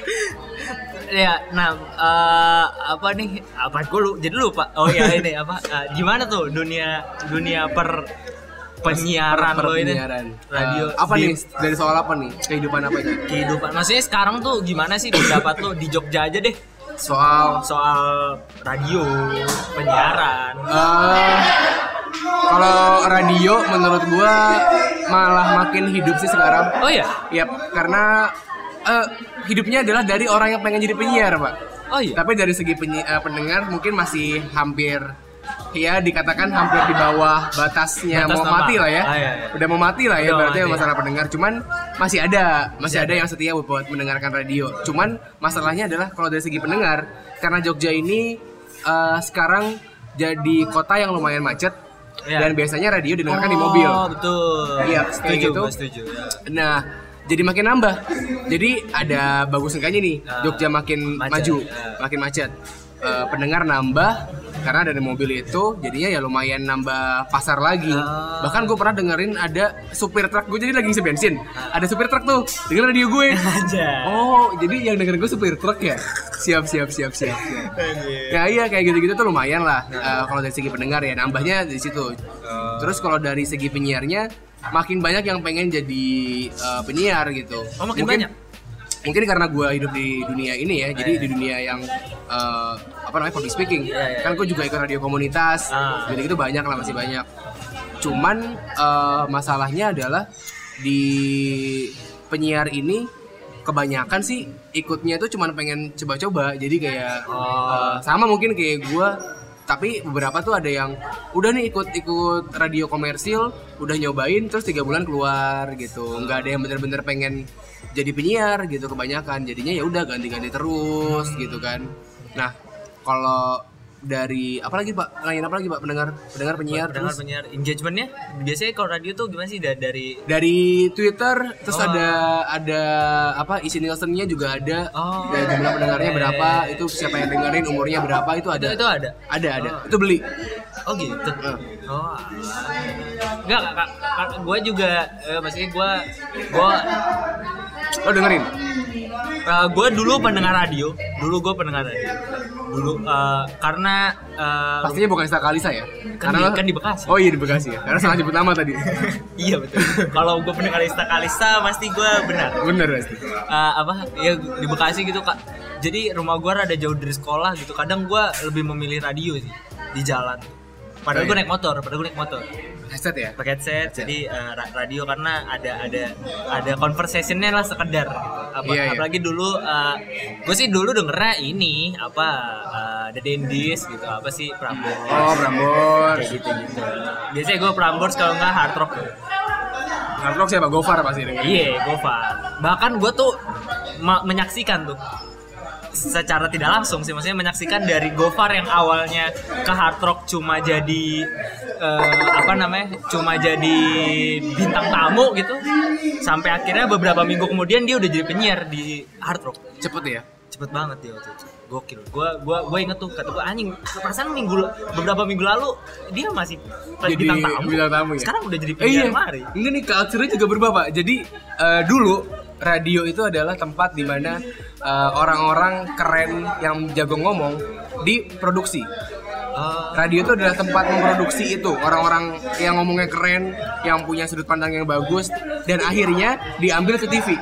Ya, nah jadi lupa. Oh ya ini gimana tuh dunia penyiaran lo ini? Radio.
Apa nih? Dari soal apa nih? Kehidupan apa aja?
Kehidupan. Maksudnya sekarang tuh gimana sih pendapat lo di Jogja aja deh?
Soal
radio, penyiaran.
Kalau radio menurut gua malah makin hidup sih sekarang.
Oh ya?
Yap, karena hidupnya adalah dari orang yang pengen jadi penyiar, Pak.
Oh iya.
Tapi dari segi pendengar mungkin masih hampir ya dikatakan hampir di bawah batasnya
Batas
mau
nama.
mati lah ya.
Iya.
Udah mau mati lah ya
Udah
berarti
mati.
masalah pendengar. Cuman masih ada yang setia buat mendengarkan radio. Cuman masalahnya adalah kalau dari segi pendengar, karena Jogja ini sekarang jadi kota yang lumayan macet.
Iya.
Dan biasanya radio didengarkan di mobil.
Oh betul.
Iya, kayak gitu.
Setuju. Ya.
Nah, jadi makin nambah. Jadi ada bagus enggaknya nih. Jogja makin
macet,
maju,
ya.
makin macet. Pendengar nambah karena dari mobil itu jadinya ya lumayan nambah pasar lagi. Bahkan gue pernah dengerin ada supir truk, gue jadi lagi ngisi bensin. Ada supir truk tuh, denger radio gue.
Aja.
Oh, jadi yang dengerin gue supir truk ya? Siap. Nah iya kayak gitu-gitu tuh lumayan lah. Kalau dari segi pendengar ya nambahnya di situ. Terus kalau dari segi penyiarnya makin banyak yang pengen jadi penyiar gitu.
Oh, makin banyak?
Mungkin karena gue hidup di dunia ini ya, jadi di dunia yang public speaking. Kan gue juga ikut radio komunitas, gitu banyak lah, masih banyak. Cuman masalahnya adalah di penyiar ini kebanyakan sih ikutnya tuh cuman pengen coba-coba. Jadi kayak sama mungkin kayak gue, tapi beberapa tuh ada yang udah nih ikut radio komersil, udah nyobain terus 3 bulan keluar gitu. Nggak ada yang bener-bener pengen jadi penyiar gitu kebanyakan. Jadinya ya udah ganti-ganti terus gitu kan. Nah, kalau dari apa lagi Pak? Ngelain apa lagi Pak? Pendengar penyiar
engagementnya biasanya kalau radio tuh gimana sih
dari Twitter terus ada apa isi Nielsen-nya juga ada. Dan jumlah pendengarnya berapa, itu siapa yang dengerin, umurnya berapa, itu ada. Itu beli.
Oh gitu. Enggak, gue juga maksudnya gue
lo dengerin?
Gue dulu pendengar radio. Karena
pastinya bukan Stakalisa ya?
Karena kan di Bekasi.
Oh iya, di Bekasi ya. Karena salah nyebut nama tadi.
Iya betul. Kalau gue pendengar Stakalisa pasti gue benar.
Bener pasti.
Ya di Bekasi gitu Kak. Jadi rumah gue rada jauh dari sekolah gitu. Kadang gue lebih memilih radio sih di jalan. Padahal gue naik motor.
Headset ya?
Pakai headset. Jadi radio karena ada conversation-nya lah sekedar gitu. Apalagi dulu gue sih dulu dengernya ini The Dendis gitu, apa sih Prambors.
Oh, Prambors.
Kayak gitu. Biasanya gue Prambors, kalau enggak Hard Rock.
Hard Rock siapa? Gofar pasti dengerin.
Iya, Gofar. Bahkan gue tuh menyaksikan tuh secara tidak langsung sih, maksudnya menyaksikan dari Gofar yang awalnya ke Hard Rock cuma jadi cuma jadi bintang tamu gitu, sampai akhirnya beberapa minggu kemudian dia udah jadi penyiar di Hard Rock. Cepet banget dia waktu itu, gokil. Gue inget tuh, kata gue anjing, perasaan beberapa minggu lalu dia masih bintang tamu ya? Sekarang udah jadi penyiar. Mari
ini nih culture-nya juga berubah Pak. Jadi dulu radio itu adalah tempat di mana orang-orang keren yang jago ngomong diproduksi. Radio itu adalah tempat memproduksi itu orang-orang yang ngomongnya keren, yang punya sudut pandang yang bagus, dan akhirnya diambil ke TV.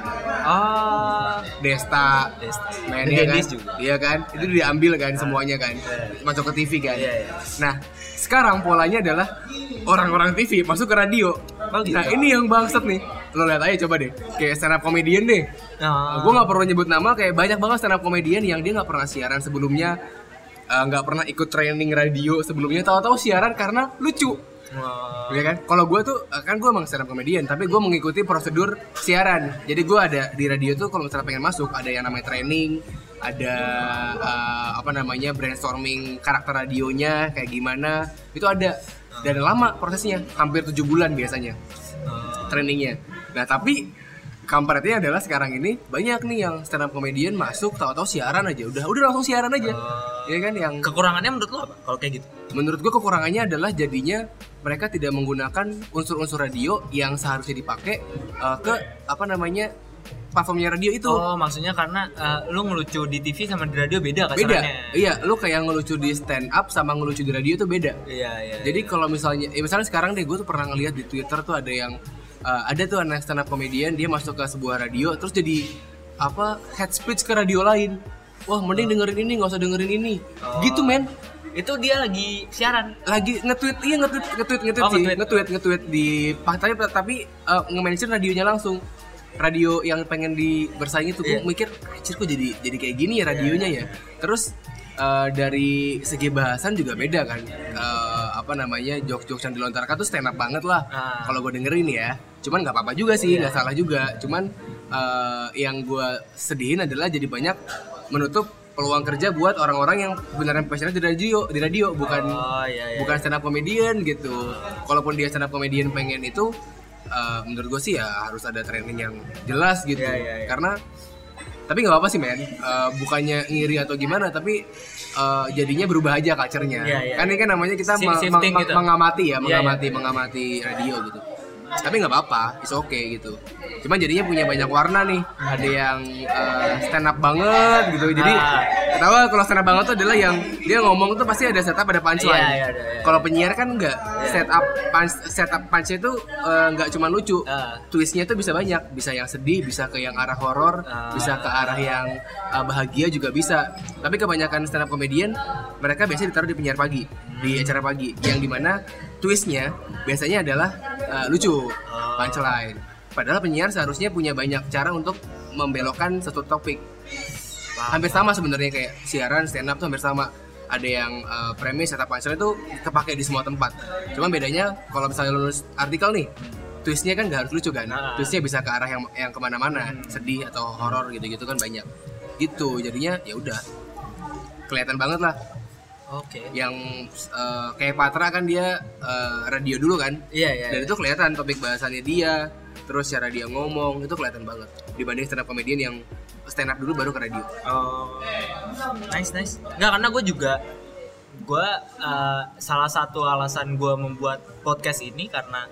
Desta mainnya kan, iya kan, itu diambil kan semuanya kan, masuk ke TV kan. Nah, sekarang polanya adalah orang-orang TV masuk ke radio. Nah, ini yang bangsat nih. Lo lihat aja coba deh, kayak stand up comedian deh. Gue nggak perlu nyebut nama, kayak banyak banget stand up comedian yang dia nggak pernah siaran sebelumnya, nggak pernah ikut training radio sebelumnya, tahu-tahu siaran karena lucu. Ya kan? Kalau gue tuh kan gue emang stand up comedian, tapi gue mengikuti prosedur siaran. Jadi gue ada di radio tuh kalau misalnya pengen masuk, ada yang namanya training, ada brainstorming karakter radionya kayak gimana, itu ada. Dan lama prosesnya, hampir 7 bulan biasanya trainingnya. Nah tapi kampretnya adalah sekarang ini banyak nih yang stand up comedian masuk tahu-tahu siaran aja, udah langsung siaran aja. Ya kan, yang
kekurangannya menurut lo apa kalau kayak gitu?
Menurut gue kekurangannya adalah jadinya mereka tidak menggunakan unsur-unsur radio yang seharusnya dipakai ke platformnya radio itu.
Oh, maksudnya karena lu ngelucu di TV sama di radio beda kasarannya.
Iya, lu kayak ngelucu di stand up sama ngelucu di radio itu beda.
Iya.
Jadi kalau misalnya sekarang deh, gue tuh pernah ngeliat di Twitter tuh ada yang ada tuh anak stand up comedian, dia masuk ke sebuah radio terus jadi head speech ke radio lain. Wah, mending dengerin ini, nggak usah dengerin ini. Gitu men.
Itu dia lagi siaran,
lagi nge-tweet di tapi nge-mention radionya langsung. Radio yang pengen bersaing itu, gue mikir anjir kok jadi kayak gini ya radionya ya. Terus dari segi bahasan juga beda kan. Jokes-jokes yang dilontarkan tuh stand up banget lah. Kalau gue dengerin ya. Cuman nggak apa-apa juga sih, nggak salah juga. Cuman yang gue sedihin adalah jadi banyak menutup peluang kerja buat orang-orang yang beneran passionate di radio bukan stand up comedian gitu. Kalaupun dia stand up comedian pengen itu, menurut gue sih ya harus ada training yang jelas gitu. Karena tapi nggak apa-apa sih men, bukannya ngiri atau gimana, tapi jadinya berubah aja culture-nya. Kan ini kan namanya kita mengamati radio gitu. tapi nggak apa-apa, it's okay gitu. Cuman jadinya punya banyak warna nih. Ada yang stand up banget gitu. Jadi ketawa kalau stand up banget tuh adalah yang dia ngomong tuh pasti ada setup, ada punchline.
Iya.
Kalau penyiar kan enggak, setup punch itu nggak cuma lucu. Twistnya tuh bisa banyak, bisa yang sedih, bisa ke yang arah horor, bisa ke arah yang bahagia juga bisa. Tapi kebanyakan stand up comedian mereka biasanya ditaruh di penyiar pagi, di acara pagi, yang dimana twistnya biasanya adalah lucu, punchline. Padahal penyiar seharusnya punya banyak cara untuk membelokkan satu topik. Hampir sama sebenarnya kayak siaran stand up tuh hampir sama. Ada yang premis atau punchline itu kepake di semua tempat. Cuma bedanya kalau misalnya lu nulis artikel nih, twistnya kan nggak harus lucu kan. Twistnya bisa ke arah yang kemana-mana, sedih atau horor gitu-gitu kan banyak. Gitu jadinya ya udah kelihatan banget lah.
Oke.
Yang kayak Patra kan dia radio dulu kan.
Iya.
Dan itu kelihatan topik bahasannya dia, terus cara dia ngomong itu kelihatan banget dibanding stand up comedian yang stand up dulu baru ke radio.
Oh, nice. Nggak, karena gue salah satu alasan gue membuat podcast ini karena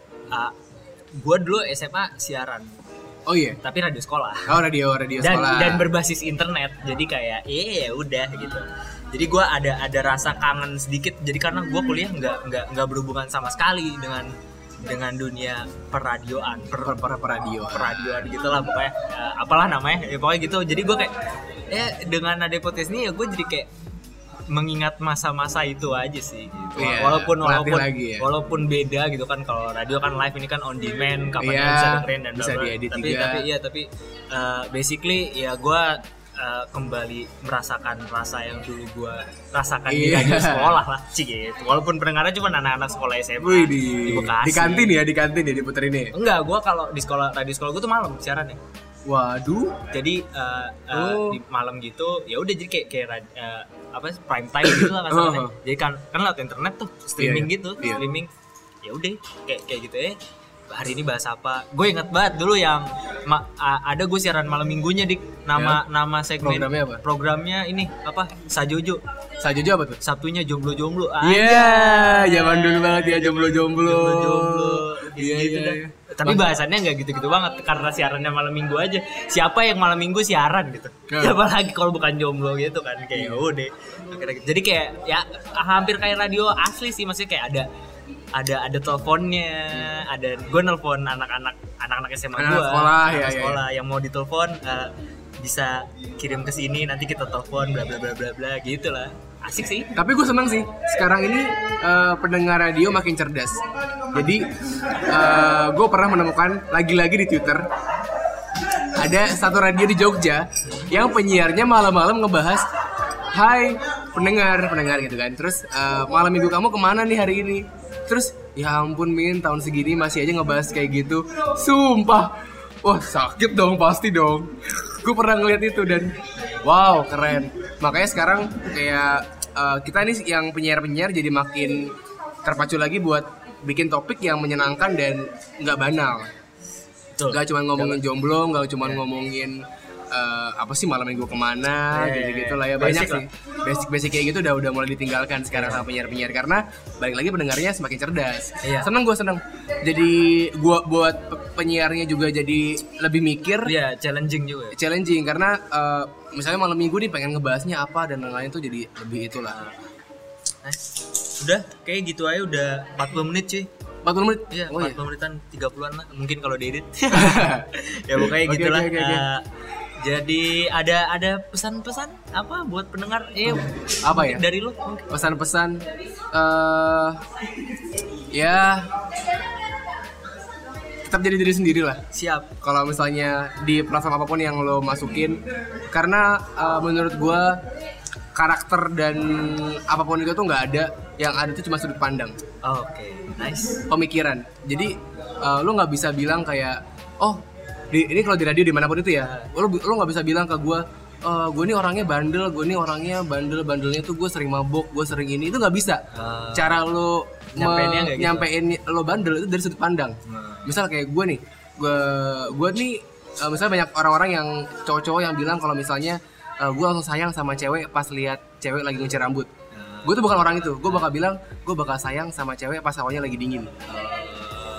gue dulu SMA siaran.
Oh iya.
Tapi radio sekolah.
Oh radio sekolah.
Dan berbasis internet. Jadi kayak ya udah gitu. Jadi gue ada rasa kangen sedikit. Jadi karena gue kuliah nggak berhubungan sama sekali dengan dunia peradioan, peradioan gitulah pokoknya, apalah namanya, ya pokoknya gitu. Jadi gue kayak dengan ada podcast ini ya gue jadi kayak mengingat masa-masa itu aja sih gitu. Walaupun beda gitu kan, kalau radio kan live, ini kan on demand, kapan bisa dengerin dan
bisa diedit juga.
Tapi basically ya gue kembali merasakan rasa yang dulu gue rasakan di radio sekolah lah, gitu. Walaupun pendengarnya cuma anak-anak sekolah SMA di Bekasi.
Di kantin ya diputer ini.
Enggak, gue kalau di sekolah, radio sekolah gue tuh malam siarannya.
Waduh.
Jadi di malam gitu, ya udah jadi kayak prime time gitu lah kasarnya. Jadi kan lewat internet tuh streaming gitu, streaming. Ya udah kayak gitu ya. Hari ini bahas apa? Gue ingat banget dulu yang ada gue siaran malam minggunya di nama segmen programnya ini apa? Sajojo apa tuh? Sabtunya jomblo.
Zaman dulu banget ya jomblo.
Iya. Tapi bahasannya nggak gitu-gitu banget karena siarannya malam minggu aja. Siapa yang malam minggu siaran gitu? Siapa lagi kalau bukan jomblo gitu kan, kayak udah. Jadi kayak ya hampir kayak radio asli sih, maksudnya kayak ada teleponnya, ada gue nelpon anak-anak SMA gue, sekolah yang mau ditelepon bisa kirim ke sini, nanti kita telepon bla bla bla bla bla gitu lah. Asik sih.
Tapi gue senang sih sekarang ini pendengar radio makin cerdas. Jadi gue pernah menemukan lagi-lagi di Twitter ada satu radio di Jogja yang penyiarnya malam-malam ngebahas, hai pendengar gitu kan. Terus malam minggu kamu kemana nih hari ini? Terus ya ampun Min, tahun segini masih aja ngebahas kayak gitu. Sumpah. Wah sakit dong, pasti dong. Gue pernah ngeliat itu dan wow keren. Makanya sekarang kayak kita nih yang penyiar-penyiar jadi makin terpacu lagi buat bikin topik yang menyenangkan dan gak banal. Gak cuma ngomongin jomblo, gak cuma ngomongin apa sih malam minggu kemana gitu lah ya, banyak sih basic kayak gitu udah mulai ditinggalkan sekarang sama penyiar karena balik lagi pendengarnya semakin cerdas. Seneng jadi gua buat penyiarnya juga jadi lebih mikir, challenging karena misalnya malam minggu nih pengen ngebahasnya apa dan lain-lain tuh jadi lebih itulah.
Udah kayak gitu aja udah 40 menit cuy.
40 menit?
Iya, 40 menitan, 30-an lah mungkin kalau diedit. Ya pokoknya gitulah. Jadi ada pesan-pesan apa buat pendengar?
Apa ya?
Dari lu mungkin.
Pesan-pesan ya tetap jadi diri sendiri lah.
Siap.
Kalau misalnya di platform apapun yang lo masukin, karena menurut gua karakter dan apapun itu tuh nggak ada, yang ada itu cuma sudut pandang.
Oke, nice.
Pemikiran. Jadi lo nggak bisa bilang kayak ini kalau di radio dimanapun itu ya, lo nggak bisa bilang ke gue ini orangnya bandel, gue ini orangnya bandelnya tuh gue sering mabok, gue sering ini, itu nggak bisa. Cara lo nyampein gitu. Lo bandel itu dari sudut pandang. Misal kayak gue nih misalnya banyak orang-orang yang cowok-cowok yang bilang kalau misalnya gue langsung sayang sama cewek pas lihat cewek lagi ngecer rambut. Gue tuh bukan orang itu. Gue bakal bilang gue bakal sayang sama cewek pas awalnya lagi dingin.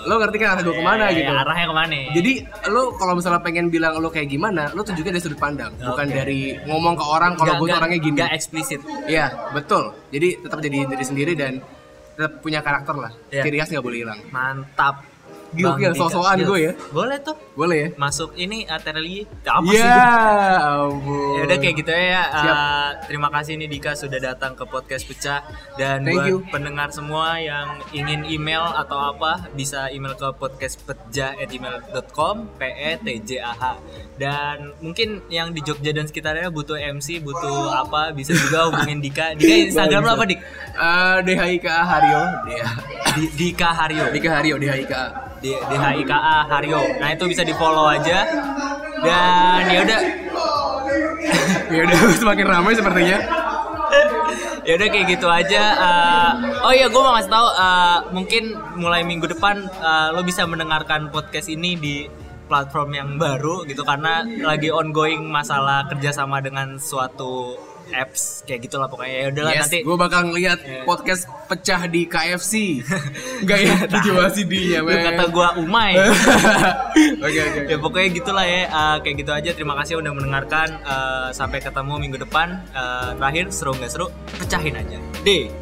Lo ngerti kan arah gue kemana gitu.
Arahnya kemana?
Jadi lo kalau misalnya pengen bilang lo kayak gimana, lo tunjuknya dari sudut pandang, bukan dari ngomong ke orang kalau gue tuh orangnya gini.
Gak eksplisit.
Iya, betul. Jadi tetap jadi diri sendiri dan tetap punya karakter lah.
Iya.
Ciri khas nggak boleh hilang.
Mantap.
Gokil, so-soan gue ya.
Boleh tuh.
Boleh ya?
Masuk ini Terli. Apa sih?
Ya ampun.
Ya udah kayak gitu ya. Terima kasih nih Dika sudah datang ke podcast Pecah. Dan
Thank
buat
you.
pendengar semua yang ingin email atau apa, bisa email ke podcastpecah@gmail.com, PETJAH. Dan mungkin yang di Jogja dan sekitarnya butuh MC, butuh apa, bisa juga hubungin Dika. Dika Instagram lo apa, Dik?
DHIKA Haryo.
Dika Haryo.
Dika Haryo, DHIKA.
DHIKA Haryo. Nah, itu bisa di-follow aja. Dan ya udah.
Ya udah semakin ramai sepertinya.
Ya udah kayak gitu aja. Oh iya, gue mau ngasih tahu mungkin mulai minggu depan lo bisa mendengarkan podcast ini di platform yang baru gitu, karena lagi ongoing masalah kerjasama dengan suatu apps kayak gitulah pokoknya. Ya udahlah, nanti
gue bakal ngeliat podcast pecah di KFC. Enggak ya, itu masih dia,
lu kata gue Umay.
Oke.
Ya pokoknya gitulah ya. Kayak gitu aja. Terima kasih udah mendengarkan. Sampai ketemu minggu depan. Terakhir, seru nggak seru, pecahin aja.